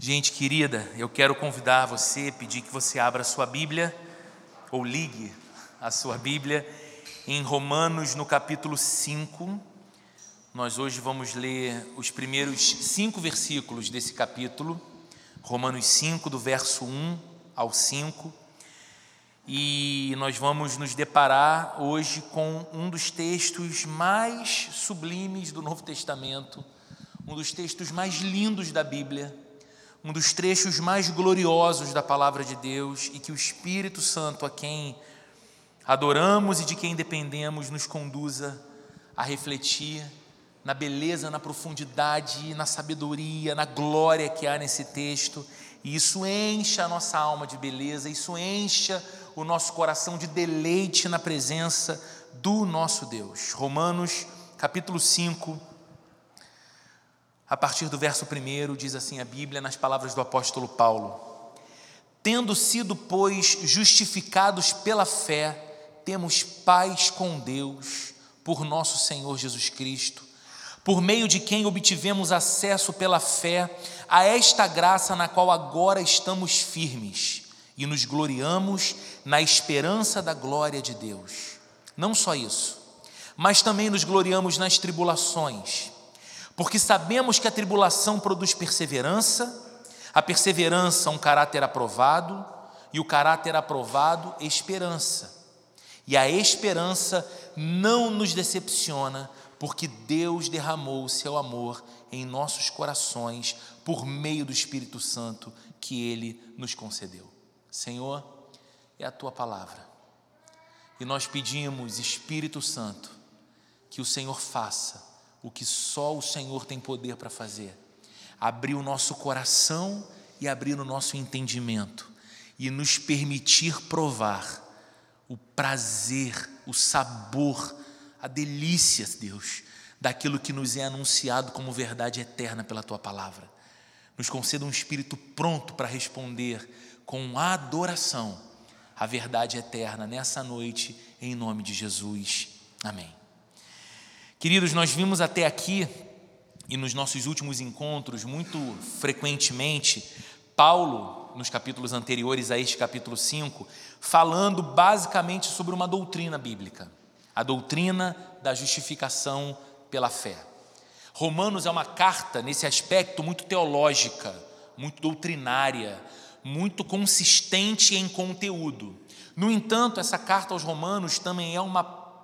Gente querida, eu quero convidar você, pedir que você abra a sua Bíblia, ou ligue a sua Bíblia, em Romanos no capítulo 5. Nós hoje vamos ler os primeiros 5 versículos desse capítulo, Romanos 5, do verso 1 ao 5. E nós vamos nos deparar hoje com um dos textos mais sublimes do Novo Testamento, um dos textos mais lindos da Bíblia, um dos trechos mais gloriosos da Palavra de Deus, e que o Espírito Santo, a quem adoramos e de quem dependemos, nos conduza a refletir na beleza, na profundidade, na sabedoria, na glória que há nesse texto. E isso encha a nossa alma de beleza, isso encha o nosso coração de deleite na presença do nosso Deus. Romanos capítulo 5, a partir do verso 1, diz assim a Bíblia, nas palavras do apóstolo Paulo: tendo sido, pois, justificados pela fé, temos paz com Deus por nosso Senhor Jesus Cristo, por meio de quem obtivemos acesso pela fé a esta graça na qual agora estamos firmes e nos gloriamos na esperança da glória de Deus. Não só isso, mas também nos gloriamos nas tribulações, porque sabemos que a tribulação produz perseverança, a perseverança um caráter aprovado, e o caráter aprovado esperança. E a esperança não nos decepciona, porque Deus derramou o seu amor em nossos corações por meio do Espírito Santo que Ele nos concedeu. Senhor, é a Tua palavra, e nós pedimos, Espírito Santo, que o Senhor faça o que só o Senhor tem poder para fazer: abrir o nosso coração e abrir o nosso entendimento, e nos permitir provar o prazer, o sabor, a delícia, Deus, daquilo que nos é anunciado como verdade eterna pela Tua palavra. Nos conceda um espírito pronto para responder com adoração a verdade eterna nessa noite, em nome de Jesus. Amém. Queridos, nós vimos até aqui, e nos nossos últimos encontros, muito frequentemente, Paulo, nos capítulos anteriores a este capítulo 5, falando basicamente sobre uma doutrina bíblica, a doutrina da justificação pela fé. Romanos é uma carta, nesse aspecto, muito teológica, muito doutrinária, muito consistente em conteúdo. No entanto, essa carta aos Romanos também é uma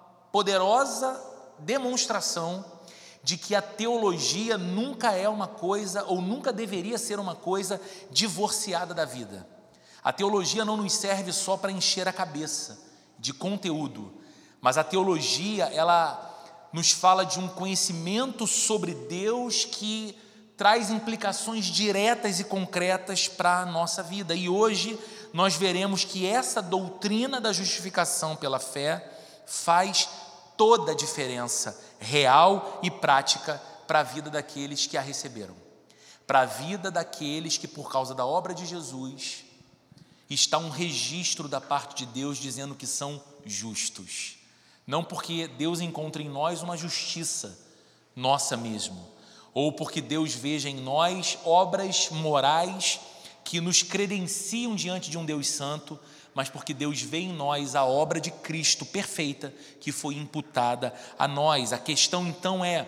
poderosa demonstração de que a teologia nunca é uma coisa, ou nunca deveria ser uma coisa, divorciada da vida. A teologia não nos serve só para encher a cabeça de conteúdo, mas a teologia, ela nos fala de um conhecimento sobre Deus que traz implicações diretas e concretas para a nossa vida. E hoje nós veremos que essa doutrina da justificação pela fé faz toda a diferença real e prática para a vida daqueles que a receberam, para a vida daqueles que, por causa da obra de Jesus, está um registro da parte de Deus dizendo que são justos. Não porque Deus encontre em nós uma justiça nossa mesmo, ou porque Deus veja em nós obras morais que nos credenciam diante de um Deus santo, mas porque Deus vê em nós a obra de Cristo perfeita que foi imputada a nós. A questão então é: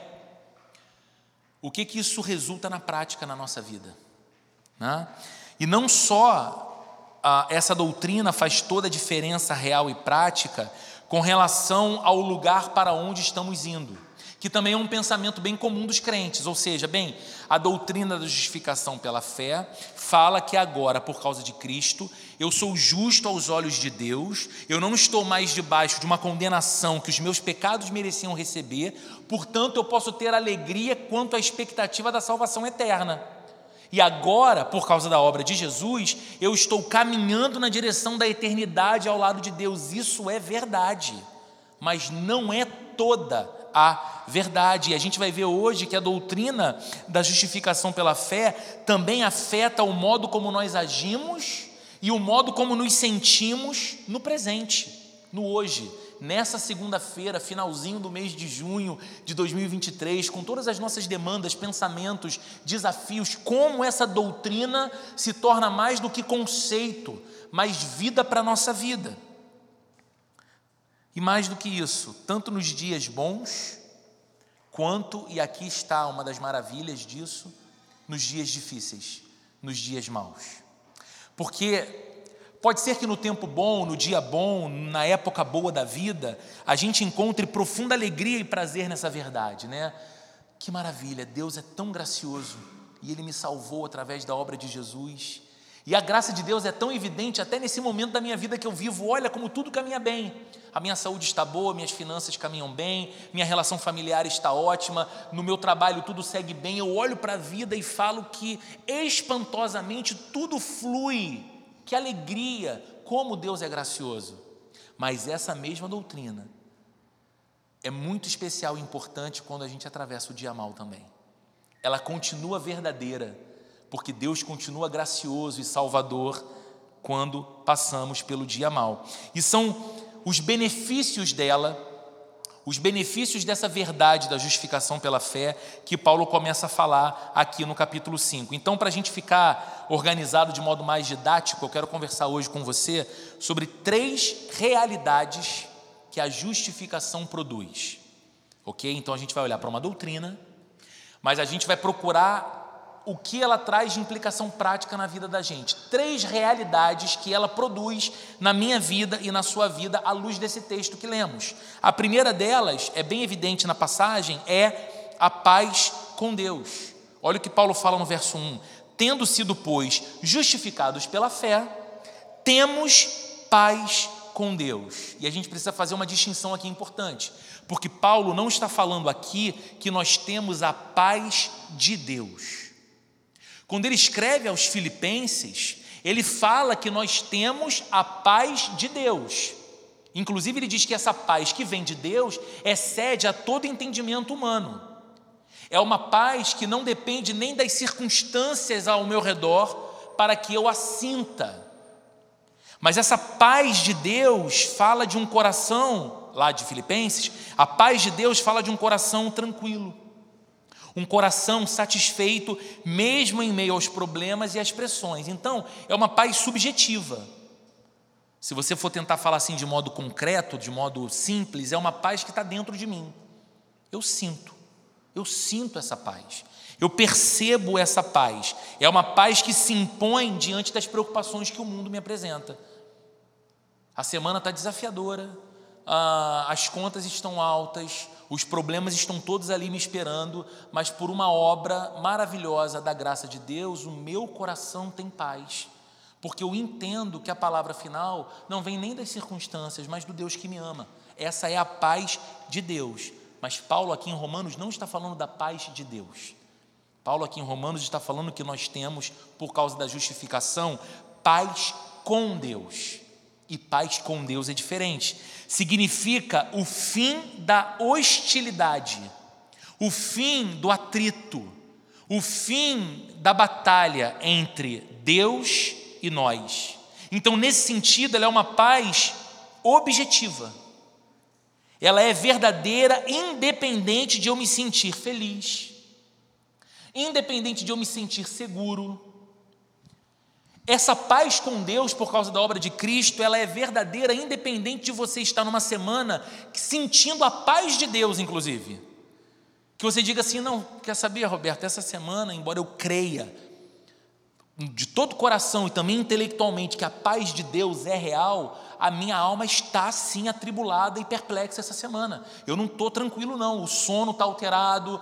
o que isso resulta na prática na nossa vida, né? E não só essa doutrina faz toda a diferença real e prática com relação ao lugar para onde estamos indo, que também é um pensamento bem comum dos crentes. Ou seja, a doutrina da justificação pela fé fala que agora, por causa de Cristo, eu sou justo aos olhos de Deus, eu não estou mais debaixo de uma condenação que os meus pecados mereciam receber, portanto eu posso ter alegria quanto à expectativa da salvação eterna. E agora, por causa da obra de Jesus, eu estou caminhando na direção da eternidade ao lado de Deus. Isso é verdade, mas não é toda a verdade. E a gente vai ver hoje que a doutrina da justificação pela fé também afeta o modo como nós agimos e o modo como nos sentimos no presente, no hoje, nessa segunda-feira, finalzinho do mês de junho de 2023, com todas as nossas demandas, pensamentos, desafios, como essa doutrina se torna mais do que conceito, mais vida para a nossa vida. E mais do que isso, tanto nos dias bons, quanto, e aqui está uma das maravilhas disso, nos dias difíceis, nos dias maus. Porque pode ser que no tempo bom, no dia bom, na época boa da vida, a gente encontre profunda alegria e prazer nessa verdade, né? Que maravilha, Deus é tão gracioso e Ele me salvou através da obra de Jesus. E a graça de Deus é tão evidente até nesse momento da minha vida que eu vivo. Olha como tudo caminha bem. A minha saúde está boa, minhas finanças caminham bem, minha relação familiar está ótima, no meu trabalho tudo segue bem. Eu olho para a vida e falo que espantosamente tudo flui. Que alegria, como Deus é gracioso. Mas essa mesma doutrina é muito especial e importante quando a gente atravessa o dia mau também. Ela continua verdadeira, porque Deus continua gracioso e salvador quando passamos pelo dia mau. E são os benefícios dela, os benefícios dessa verdade da justificação pela fé, que Paulo começa a falar aqui no capítulo 5. Então, para a gente ficar organizado de modo mais didático, eu quero conversar hoje com você sobre 3 realidades que a justificação produz. Ok? Então, a gente vai olhar para uma doutrina, mas a gente vai procurar o que ela traz de implicação prática na vida da gente. 3 realidades que ela produz na minha vida e na sua vida à luz desse texto que lemos. A primeira delas, é bem evidente na passagem, é a paz com Deus. Olha o que Paulo fala no verso 1. Tendo sido, pois, justificados pela fé, temos paz com Deus. E a gente precisa fazer uma distinção aqui importante, porque Paulo não está falando aqui que nós temos a paz de Deus. Quando ele escreve aos Filipenses, ele fala que nós temos a paz de Deus. Inclusive, ele diz que essa paz que vem de Deus excede a todo entendimento humano. É uma paz que não depende nem das circunstâncias ao meu redor para que eu a sinta. Mas essa paz de Deus fala de um coração, lá de Filipenses, a paz de Deus fala de um coração tranquilo. Um coração satisfeito, mesmo em meio aos problemas e às pressões. Então, é uma paz subjetiva. Se você for tentar falar assim de modo concreto, de modo simples, é uma paz que está dentro de mim. Eu sinto essa paz. Eu percebo essa paz. É uma paz que se impõe diante das preocupações que o mundo me apresenta. A semana está desafiadora, as contas estão altas, os problemas estão todos ali me esperando, mas por uma obra maravilhosa da graça de Deus, o meu coração tem paz, porque eu entendo que a palavra final não vem nem das circunstâncias, mas do Deus que me ama. Essa é a paz de Deus. Mas Paulo aqui em Romanos não está falando da paz de Deus. Paulo aqui em Romanos está falando que nós temos, por causa da justificação, paz com Deus. E paz com Deus é diferente. Significa o fim da hostilidade, o fim do atrito, o fim da batalha entre Deus e nós. Então, nesse sentido, ela é uma paz objetiva. Ela é verdadeira, independente de eu me sentir feliz, independente de eu me sentir seguro. Essa paz com Deus, por causa da obra de Cristo, ela é verdadeira, independente de você estar numa semana sentindo a paz de Deus, inclusive. Que você diga assim, não, quer saber, Roberto, essa semana, embora eu creia de todo o coração e também intelectualmente que a paz de Deus é real, a minha alma está sim atribulada e perplexa essa semana. Eu não estou tranquilo não, o sono está alterado,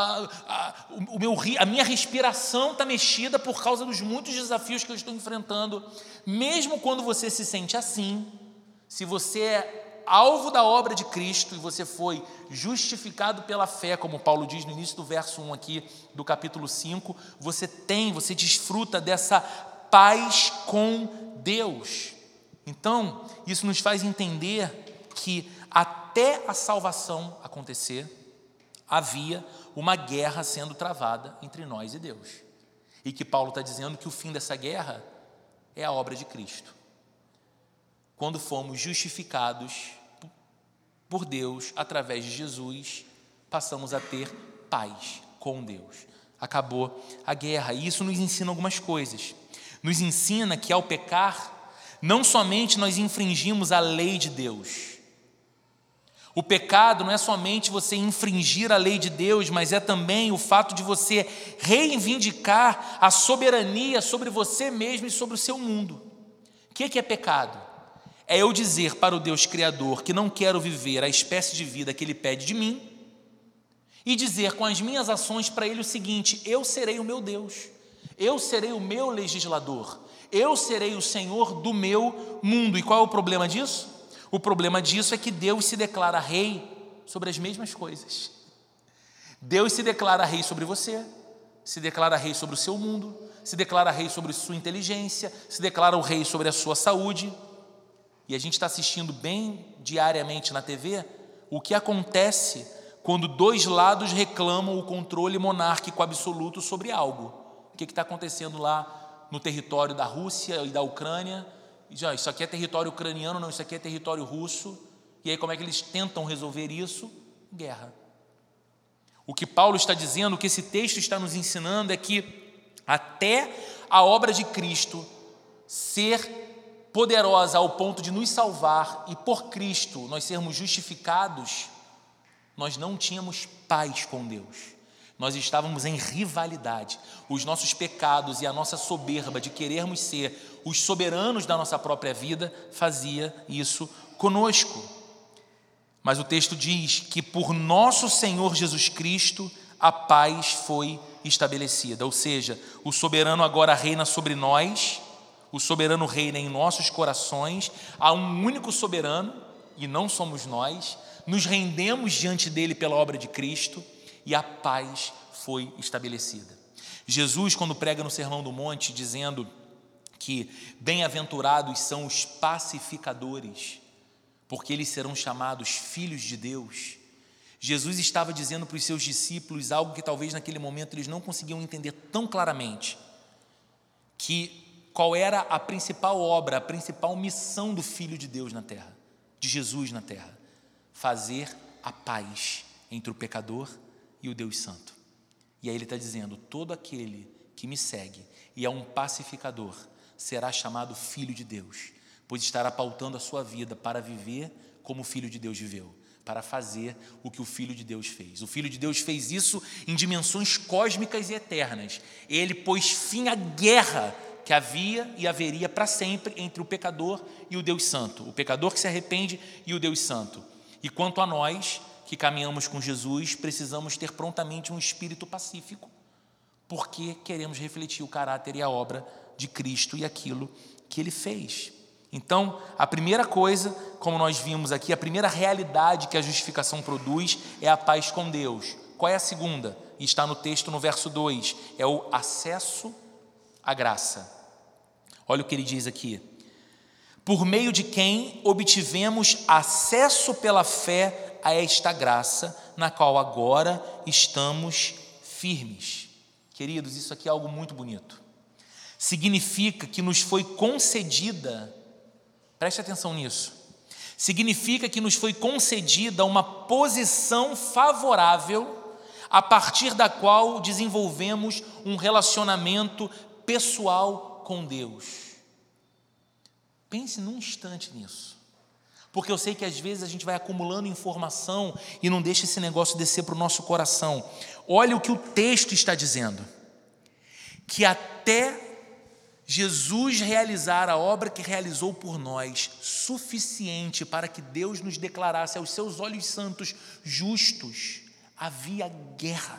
a minha respiração está mexida por causa dos muitos desafios que eu estou enfrentando. Mesmo quando você se sente assim, se você é alvo da obra de Cristo e você foi justificado pela fé, como Paulo diz no início do verso 1 aqui do capítulo 5, você desfruta dessa paz com Deus. Então, isso nos faz entender que até a salvação acontecer, havia uma guerra sendo travada entre nós e Deus. E que Paulo está dizendo que o fim dessa guerra é a obra de Cristo. Quando fomos justificados por Deus, através de Jesus, passamos a ter paz com Deus. Acabou a guerra. E isso nos ensina algumas coisas. Nos ensina que ao pecar, não somente nós infringimos a lei de Deus. O pecado não é somente você infringir a lei de Deus, mas é também o fato de você reivindicar a soberania sobre você mesmo e sobre o seu mundo. O que é pecado? É eu dizer para o Deus Criador que não quero viver a espécie de vida que Ele pede de mim e dizer com as minhas ações para Ele o seguinte: eu serei o meu Deus, eu serei o meu legislador, eu serei o Senhor do meu mundo. E qual é o problema disso? O problema disso é que Deus se declara rei sobre as mesmas coisas. Deus se declara rei sobre você, se declara rei sobre o seu mundo, se declara rei sobre sua inteligência, se declara o rei sobre a sua saúde. E a gente está assistindo bem diariamente na TV o que acontece quando dois lados reclamam o controle monárquico absoluto sobre algo. O que está acontecendo lá no território da Rússia e da Ucrânia? Isso aqui é território ucraniano, não, isso aqui é território russo. E aí como é que eles tentam resolver isso? Guerra. O que Paulo está dizendo, o que esse texto está nos ensinando é que até a obra de Cristo ser poderosa ao ponto de nos salvar e por Cristo nós sermos justificados, nós não tínhamos paz com Deus. Nós estávamos em rivalidade. Os nossos pecados e a nossa soberba de querermos ser os soberanos da nossa própria vida fazia isso conosco. Mas o texto diz que por nosso Senhor Jesus Cristo a paz foi estabelecida. Ou seja, o soberano agora reina sobre nós, o soberano reina em nossos corações. Há um único soberano e não somos nós. Nos rendemos diante dele pela obra de Cristo e a paz foi estabelecida. Jesus, quando prega no Sermão do Monte, dizendo que bem-aventurados são os pacificadores, porque eles serão chamados filhos de Deus, Jesus estava dizendo para os seus discípulos algo que talvez naquele momento eles não conseguiam entender tão claramente, que qual era a principal obra, a principal missão do Filho de Deus na terra, de Jesus na terra: fazer a paz entre o pecador e o Deus Santo. E aí ele está dizendo: todo aquele que me segue e é um pacificador será chamado filho de Deus, pois estará pautando a sua vida para viver como o Filho de Deus viveu, para fazer o que o Filho de Deus fez. O Filho de Deus fez isso em dimensões cósmicas e eternas. Ele pôs fim à guerra que havia e haveria para sempre entre o pecador e o Deus Santo, o pecador que se arrepende e o Deus Santo. E quanto a nós que caminhamos com Jesus, precisamos ter prontamente um espírito pacífico, porque queremos refletir o caráter e a obra de Cristo e aquilo que Ele fez. Então, a primeira coisa, como nós vimos aqui, a primeira realidade que a justificação produz é a paz com Deus. Qual é a segunda? E está no texto no verso 2, é o acesso à graça. Olha o que ele diz aqui: por meio de quem obtivemos acesso pela fé a esta graça, na qual agora estamos firmes. Queridos, isso aqui é algo muito bonito. Significa que nos foi concedida, preste atenção nisso, significa que nos foi concedida uma posição favorável a partir da qual desenvolvemos um relacionamento pessoal com Deus. Pense num instante nisso, porque eu sei que às vezes a gente vai acumulando informação e não deixa esse negócio descer para o nosso coração. Olha o que o texto está dizendo, que até Jesus realizar a obra que realizou por nós, suficiente para que Deus nos declarasse aos seus olhos santos justos, havia guerra.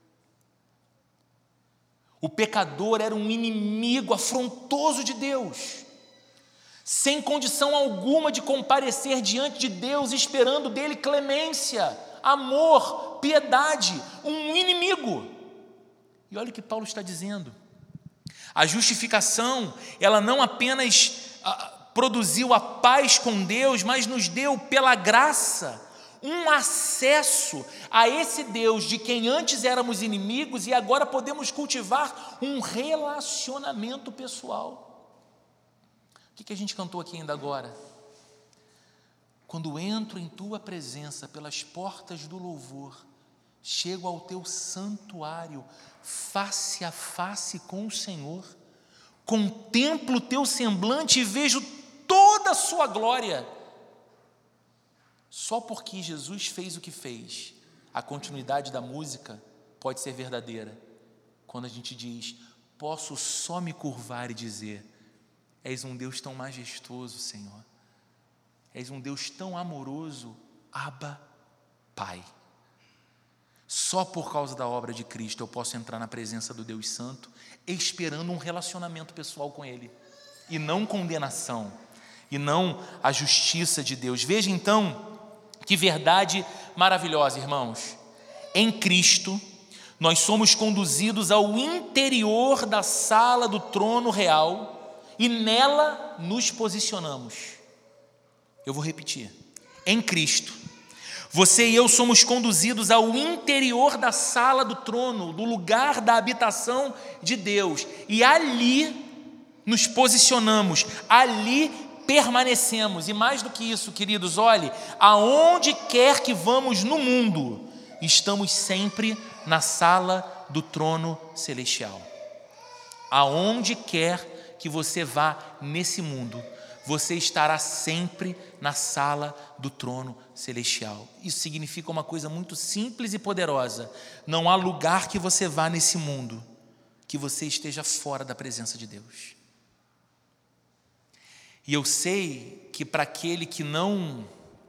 O pecador era um inimigo afrontoso de Deus, sem condição alguma de comparecer diante de Deus, esperando dele clemência, amor, piedade, um inimigo. E olha o que Paulo está dizendo. A justificação, ela não apenas produziu a paz com Deus, mas nos deu pela graça um acesso a esse Deus de quem antes éramos inimigos e agora podemos cultivar um relacionamento pessoal. O que a gente cantou aqui ainda agora? quando entro em tua presença pelas portas do louvor, chego ao teu santuário, face a face com o Senhor, contemplo o teu semblante e vejo toda a sua glória. Só porque Jesus fez o que fez, a continuidade da música pode ser verdadeira. Quando a gente diz, posso só me curvar e dizer, és um Deus tão majestoso, Senhor. És um Deus tão amoroso, Abba, Pai. Só por causa da obra de Cristo eu posso entrar na presença do Deus Santo, esperando um relacionamento pessoal com Ele, e não condenação, e não a justiça de Deus. Veja então, que verdade maravilhosa, irmãos. Em Cristo, nós somos conduzidos ao interior da sala do trono real, e nela nos posicionamos. Eu vou repetir. Em Cristo, você e eu somos conduzidos ao interior da sala do trono, do lugar da habitação de Deus, e ali nos posicionamos, ali permanecemos. E mais do que isso, queridos, olhe, aonde quer que vamos no mundo, estamos sempre na sala do trono celestial. Aonde quer que você vá nesse mundo, você estará sempre na sala do trono celestial. Isso significa uma coisa muito simples e poderosa. Não há lugar que você vá nesse mundo que você esteja fora da presença de Deus. E eu sei que para aquele que não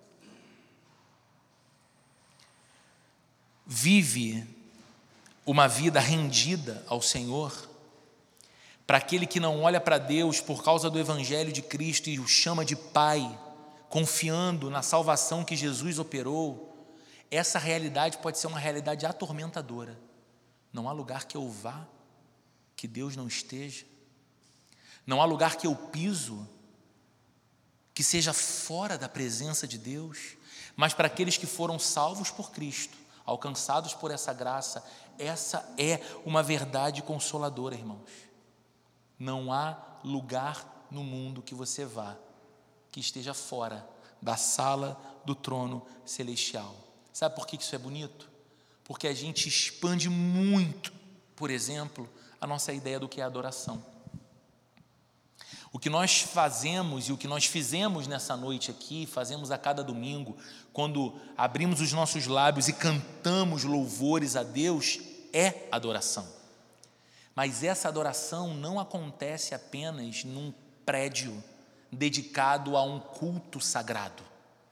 vive uma vida rendida ao Senhor, para aquele que não olha para Deus por causa do Evangelho de Cristo e o chama de Pai, confiando na salvação que Jesus operou, essa realidade pode ser uma realidade atormentadora. Não há lugar que eu vá que Deus não esteja. Não há lugar que eu piso que seja fora da presença de Deus. Mas para aqueles que foram salvos por Cristo, alcançados por essa graça, essa é uma verdade consoladora, irmãos. Não há lugar no mundo que você vá que esteja fora da sala do trono celestial. Sabe por que isso é bonito? Porque a gente expande muito, por exemplo, a nossa ideia do que é adoração. O que nós fazemos e o que nós fizemos nessa noite aqui, fazemos a cada domingo, quando abrimos os nossos lábios e cantamos louvores a Deus, é adoração. Mas essa adoração não acontece apenas num prédio dedicado a um culto sagrado.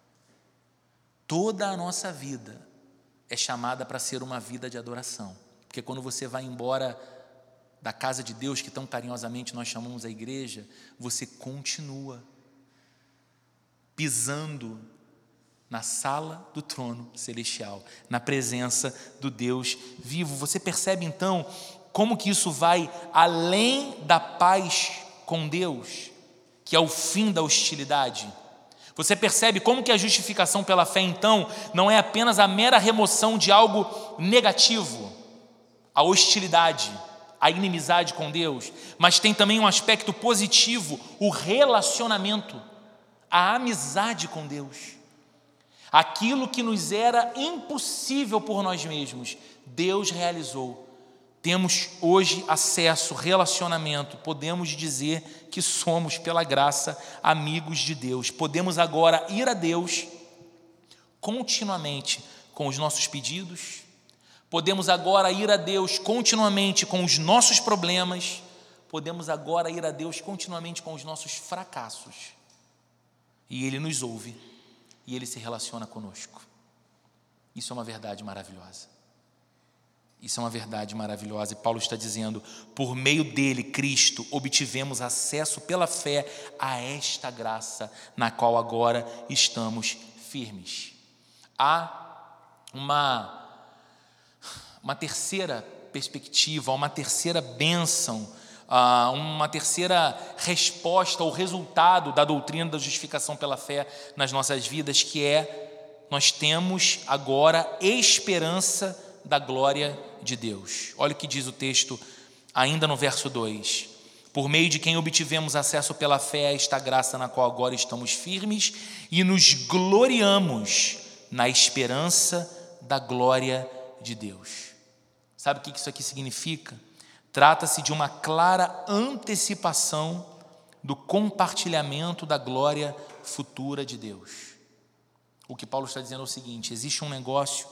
Toda a nossa vida é chamada para ser uma vida de adoração. Porque quando você vai embora da casa de Deus, que tão carinhosamente nós chamamos a igreja, você continua pisando na sala do trono celestial, na presença do Deus vivo. Você percebe então como que isso vai além da paz com Deus, que é o fim da hostilidade? Você percebe como que a justificação pela fé, então, não é apenas a mera remoção de algo negativo, a hostilidade, a inimizade com Deus, mas tem também um aspecto positivo, o relacionamento, a amizade com Deus. Aquilo que nos era impossível por nós mesmos, Deus realizou. Temos hoje acesso, relacionamento, podemos dizer que somos, pela graça, amigos de Deus. Podemos agora ir a Deus continuamente com os nossos pedidos, podemos agora ir a Deus continuamente com os nossos problemas, podemos agora ir a Deus continuamente com os nossos fracassos. E Ele nos ouve e Ele se relaciona conosco. Isso é uma verdade maravilhosa. Isso é uma verdade maravilhosa, e Paulo está dizendo, por meio dele, Cristo, obtivemos acesso pela fé a esta graça, na qual agora estamos firmes. Há uma terceira perspectiva, uma terceira bênção, uma terceira resposta ou resultado da doutrina da justificação pela fé nas nossas vidas, que é, nós temos agora esperança da glória de Deus. Olha o que diz o texto ainda no verso 2: por meio de quem obtivemos acesso pela fé a esta graça na qual agora estamos firmes e nos gloriamos na esperança da glória de Deus. Sabe o que isso aqui significa? Trata-se de uma clara antecipação do compartilhamento da glória futura de Deus. O que Paulo está dizendo é o seguinte: existe um negócio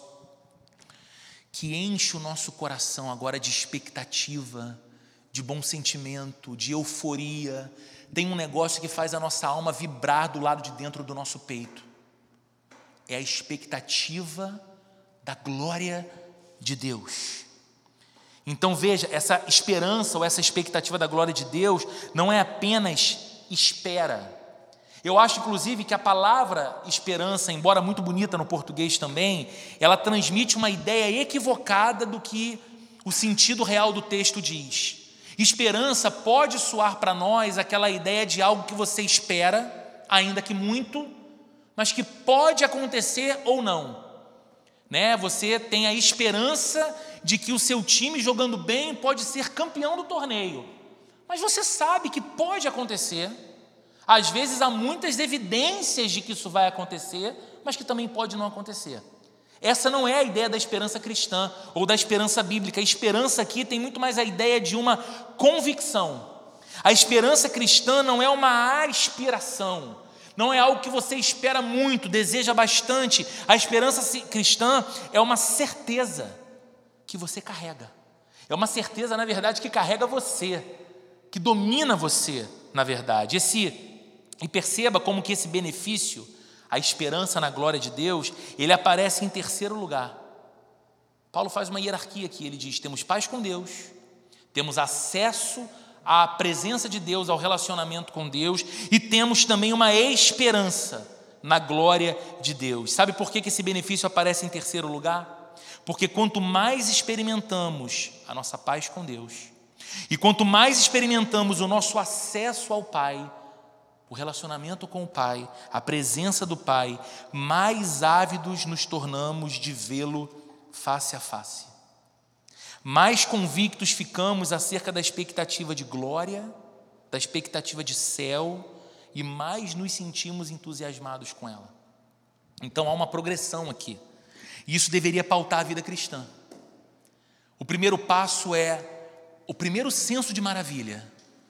que enche o nosso coração agora de expectativa, de bom sentimento, de euforia. Tem um negócio que faz a nossa alma vibrar do lado de dentro do nosso peito. É a expectativa da glória de Deus. Então veja, essa esperança ou essa expectativa da glória de Deus não é apenas espera. Eu acho, inclusive, que a palavra esperança, embora muito bonita no português também, ela transmite uma ideia equivocada do que o sentido real do texto diz. Esperança pode soar para nós aquela ideia de algo que você espera, ainda que muito, mas que pode acontecer ou não. Você tem a esperança de que o seu time jogando bem pode ser campeão do torneio, mas você sabe que pode acontecer. Às vezes há muitas evidências de que isso vai acontecer, mas que também pode não acontecer. Essa não é a ideia da esperança cristã ou da esperança bíblica. A esperança aqui tem muito mais a ideia de uma convicção. A esperança cristã não é uma aspiração, não é algo que você espera muito, deseja bastante. A esperança cristã é uma certeza que você carrega. É uma certeza, na verdade, que carrega você, que domina você, na verdade. E perceba como que esse benefício, a esperança na glória de Deus, ele aparece em terceiro lugar. Paulo faz uma hierarquia aqui, ele diz: temos paz com Deus, temos acesso à presença de Deus, ao relacionamento com Deus, e temos também uma esperança na glória de Deus. Sabe por que esse benefício aparece em terceiro lugar? Porque quanto mais experimentamos a nossa paz com Deus, e quanto mais experimentamos o nosso acesso ao Pai, o relacionamento com o Pai, a presença do Pai, mais ávidos nos tornamos de vê-lo face a face. Mais convictos ficamos acerca da expectativa de glória, da expectativa de céu, e mais nos sentimos entusiasmados com ela. Então há uma progressão aqui, e isso deveria pautar a vida cristã. O primeiro passo é o primeiro senso de maravilha.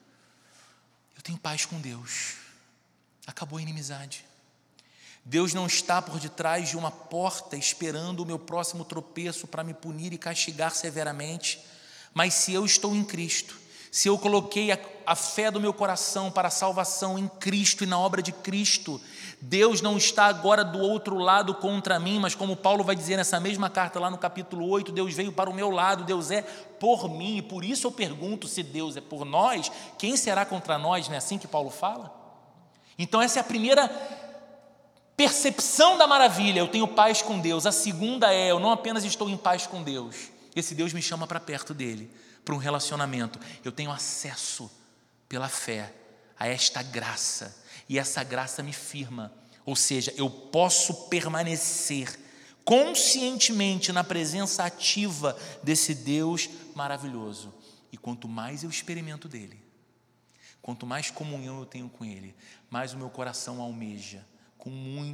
Eu tenho paz com Deus. Acabou a inimizade. Deus não está por detrás de uma porta esperando o meu próximo tropeço para me punir e castigar severamente. Mas se eu estou em Cristo, se eu coloquei a fé do meu coração para a salvação em Cristo e na obra de Cristo, Deus não está agora do outro lado contra mim, mas como Paulo vai dizer nessa mesma carta lá no capítulo 8, Deus veio para o meu lado, Deus é por mim, e por isso eu pergunto: se Deus é por nós, quem será contra nós? Não é assim que Paulo fala? Então essa é a primeira percepção da maravilha: eu tenho paz com Deus. A segunda é: eu não apenas estou em paz com Deus, esse Deus me chama para perto dele, para um relacionamento. Eu tenho acesso pela fé a esta graça, e essa graça me firma, ou seja, eu posso permanecer conscientemente na presença ativa desse Deus maravilhoso. E quanto mais eu experimento dele, quanto mais comunhão eu tenho com ele, mais o meu coração almeja, com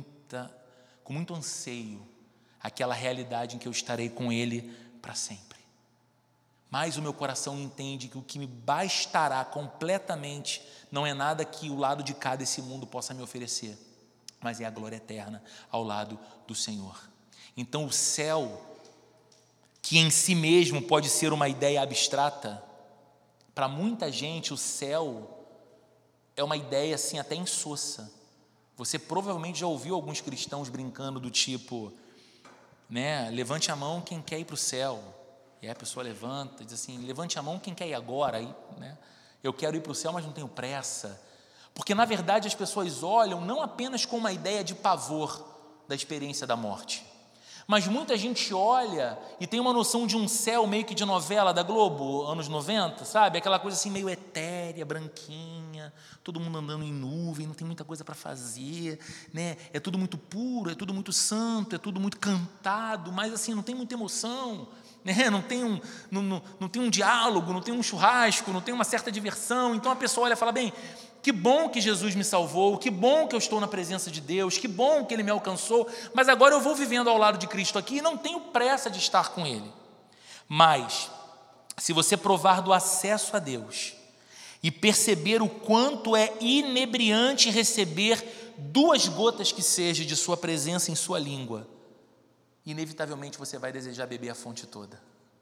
muito anseio, aquela realidade em que eu estarei com ele para sempre. Mais o meu coração entende que o que me bastará completamente não é nada que o lado de cá desse mundo possa me oferecer, mas é a glória eterna ao lado do Senhor. Então o céu, que em si mesmo pode ser uma ideia abstrata, para muita gente o céu é uma ideia assim até insossa. Você provavelmente já ouviu alguns cristãos brincando do tipo, levante a mão quem quer ir para o céu. E aí a pessoa levanta e diz assim: levante a mão quem quer ir agora. Aí, eu quero ir para o céu, mas não tenho pressa. Porque na verdade as pessoas olham não apenas com uma ideia de pavor da experiência da morte, mas muita gente olha e tem uma noção de um céu meio que de novela da Globo, anos 90, sabe? Aquela coisa assim meio etérea, branquinha, todo mundo andando em nuvem, não tem muita coisa para fazer, É tudo muito puro, é tudo muito santo, é tudo muito cantado, mas assim, não tem muita emoção. né? Não tem um diálogo, não tem um churrasco, não tem uma certa diversão. Então a pessoa olha e fala, bem, que bom que Jesus me salvou, que bom que eu estou na presença de Deus, que bom que Ele me alcançou, mas agora eu vou vivendo ao lado de Cristo aqui e não tenho pressa de estar com Ele. Mas, se você provar do acesso a Deus e perceber o quanto é inebriante receber 2 gotas que seja de sua presença em sua língua, inevitavelmente você vai desejar beber a fonte toda.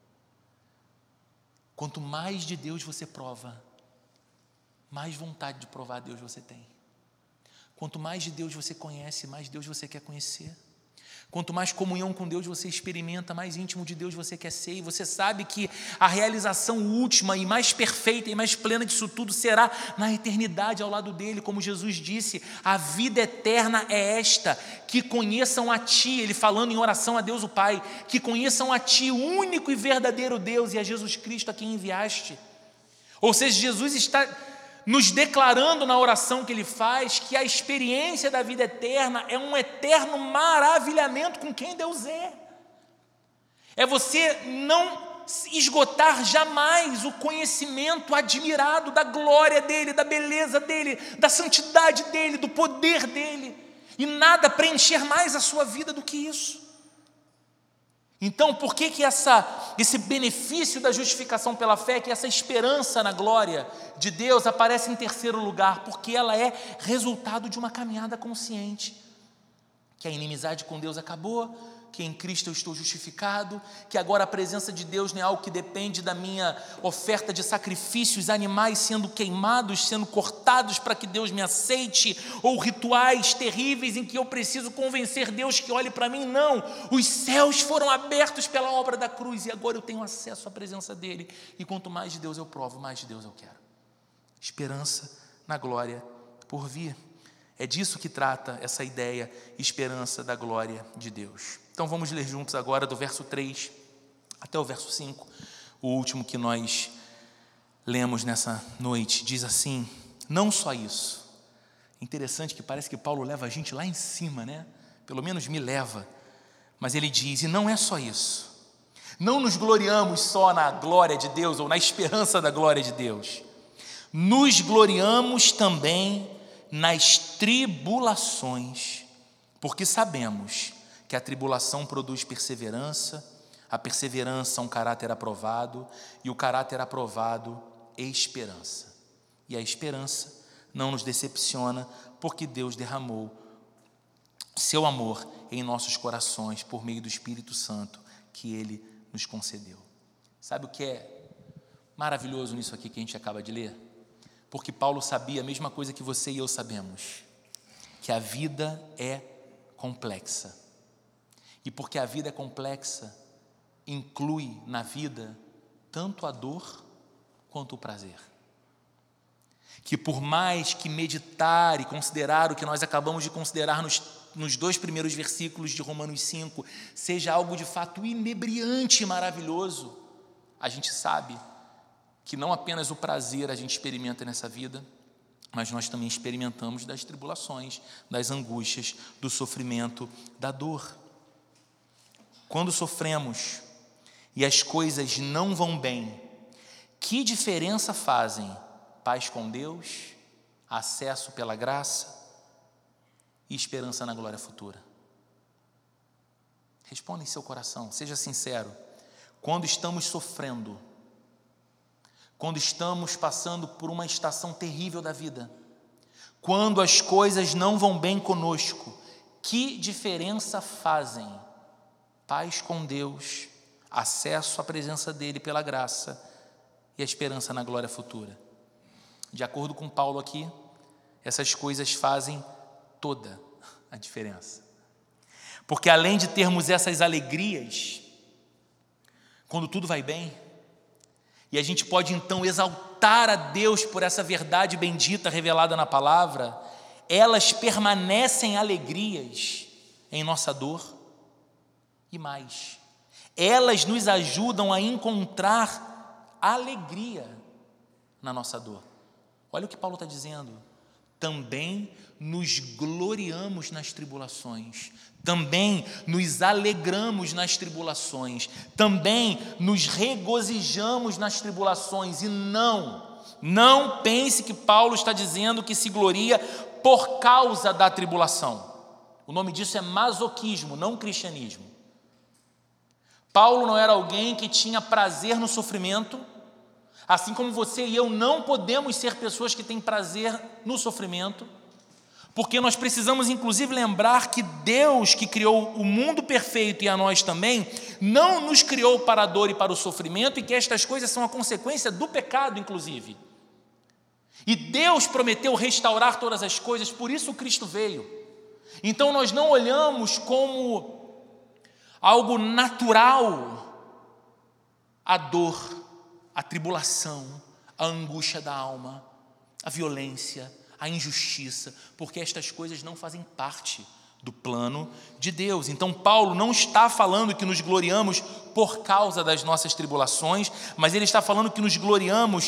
Quanto mais de Deus você prova, mais vontade de provar a Deus você tem. Quanto mais de Deus você conhece, mais Deus você quer conhecer. Quanto mais comunhão com Deus você experimenta, mais íntimo de Deus você quer ser. E você sabe que a realização última e mais perfeita e mais plena disso tudo será na eternidade ao lado dele. Como Jesus disse, a vida eterna é esta, que conheçam a Ti, Ele falando em oração a Deus o Pai, que conheçam a Ti, o único e verdadeiro Deus, e a Jesus Cristo a quem enviaste. Ou seja, Jesus está nos declarando na oração que Ele faz que a experiência da vida eterna é um eterno maravilhamento com quem Deus é. É você não esgotar jamais o conhecimento admirado da glória dEle, da beleza dEle, da santidade dEle, do poder dEle, e nada preencher mais a sua vida do que isso. Então, por que esse benefício da justificação pela fé, que essa esperança na glória de Deus aparece em terceiro lugar? Porque ela é resultado de uma caminhada consciente, que a inimizade com Deus acabou, que em Cristo eu estou justificado, que agora a presença de Deus não é algo que depende da minha oferta de sacrifícios, animais sendo queimados, sendo cortados para que Deus me aceite, ou rituais terríveis em que eu preciso convencer Deus que olhe para mim. Não, os céus foram abertos pela obra da cruz e agora eu tenho acesso à presença dEle, e quanto mais de Deus eu provo, mais de Deus eu quero. Esperança na glória por vir. É disso que trata essa ideia, esperança da glória de Deus. Então vamos ler juntos agora do verso 3 até o verso 5, o último que nós lemos nessa noite. Diz assim: não só isso. Interessante que parece que Paulo leva a gente lá em cima, né? Pelo menos me leva. Mas ele diz, e não é só isso. Não nos gloriamos só na glória de Deus ou na esperança da glória de Deus. Nos gloriamos também nas tribulações, porque sabemos que a tribulação produz perseverança, a perseverança um caráter aprovado, e o caráter aprovado esperança. E a esperança não nos decepciona, porque Deus derramou seu amor em nossos corações por meio do Espírito Santo que Ele nos concedeu. Sabe o que é maravilhoso nisso aqui que a gente acaba de ler? Porque Paulo sabia a mesma coisa que você e eu sabemos, que a vida é complexa. E porque a vida é complexa, inclui na vida tanto a dor quanto o prazer. Que por mais que meditar e considerar o que nós acabamos de considerar nos 2 primeiros versículos de Romanos 5, seja algo de fato inebriante e maravilhoso, a gente sabe que não apenas o prazer a gente experimenta nessa vida, mas nós também experimentamos das tribulações, das angústias, do sofrimento, da dor. Quando sofremos e as coisas não vão bem, que diferença fazem paz com Deus, acesso pela graça e esperança na glória futura? Responda em seu coração, seja sincero. Quando estamos sofrendo, quando estamos passando por uma estação terrível da vida, quando as coisas não vão bem conosco, que diferença fazem paz com Deus, acesso à presença dEle pela graça e a esperança na glória futura? De acordo com Paulo aqui, essas coisas fazem toda a diferença. Porque além de termos essas alegrias, quando tudo vai bem, e a gente pode então exaltar a Deus por essa verdade bendita revelada na palavra, elas permanecem alegrias em nossa dor, e mais, elas nos ajudam a encontrar alegria na nossa dor. Olha o que Paulo está dizendo: também nos gloriamos nas tribulações, também nos alegramos nas tribulações, também nos regozijamos nas tribulações. E não pense que Paulo está dizendo que se gloria por causa da tribulação. O nome disso é masoquismo, não cristianismo. Paulo não era alguém que tinha prazer no sofrimento, assim como você e eu não podemos ser pessoas que têm prazer no sofrimento, porque nós precisamos inclusive lembrar que Deus, que criou o mundo perfeito e a nós também, não nos criou para a dor e para o sofrimento, e que estas coisas são a consequência do pecado inclusive. E Deus prometeu restaurar todas as coisas, por isso Cristo veio. Então nós não olhamos como algo natural a dor, a tribulação, a angústia da alma, a violência, a injustiça, porque estas coisas não fazem parte do plano de Deus. Então Paulo não está falando que nos gloriamos por causa das nossas tribulações, mas ele está falando que nos gloriamos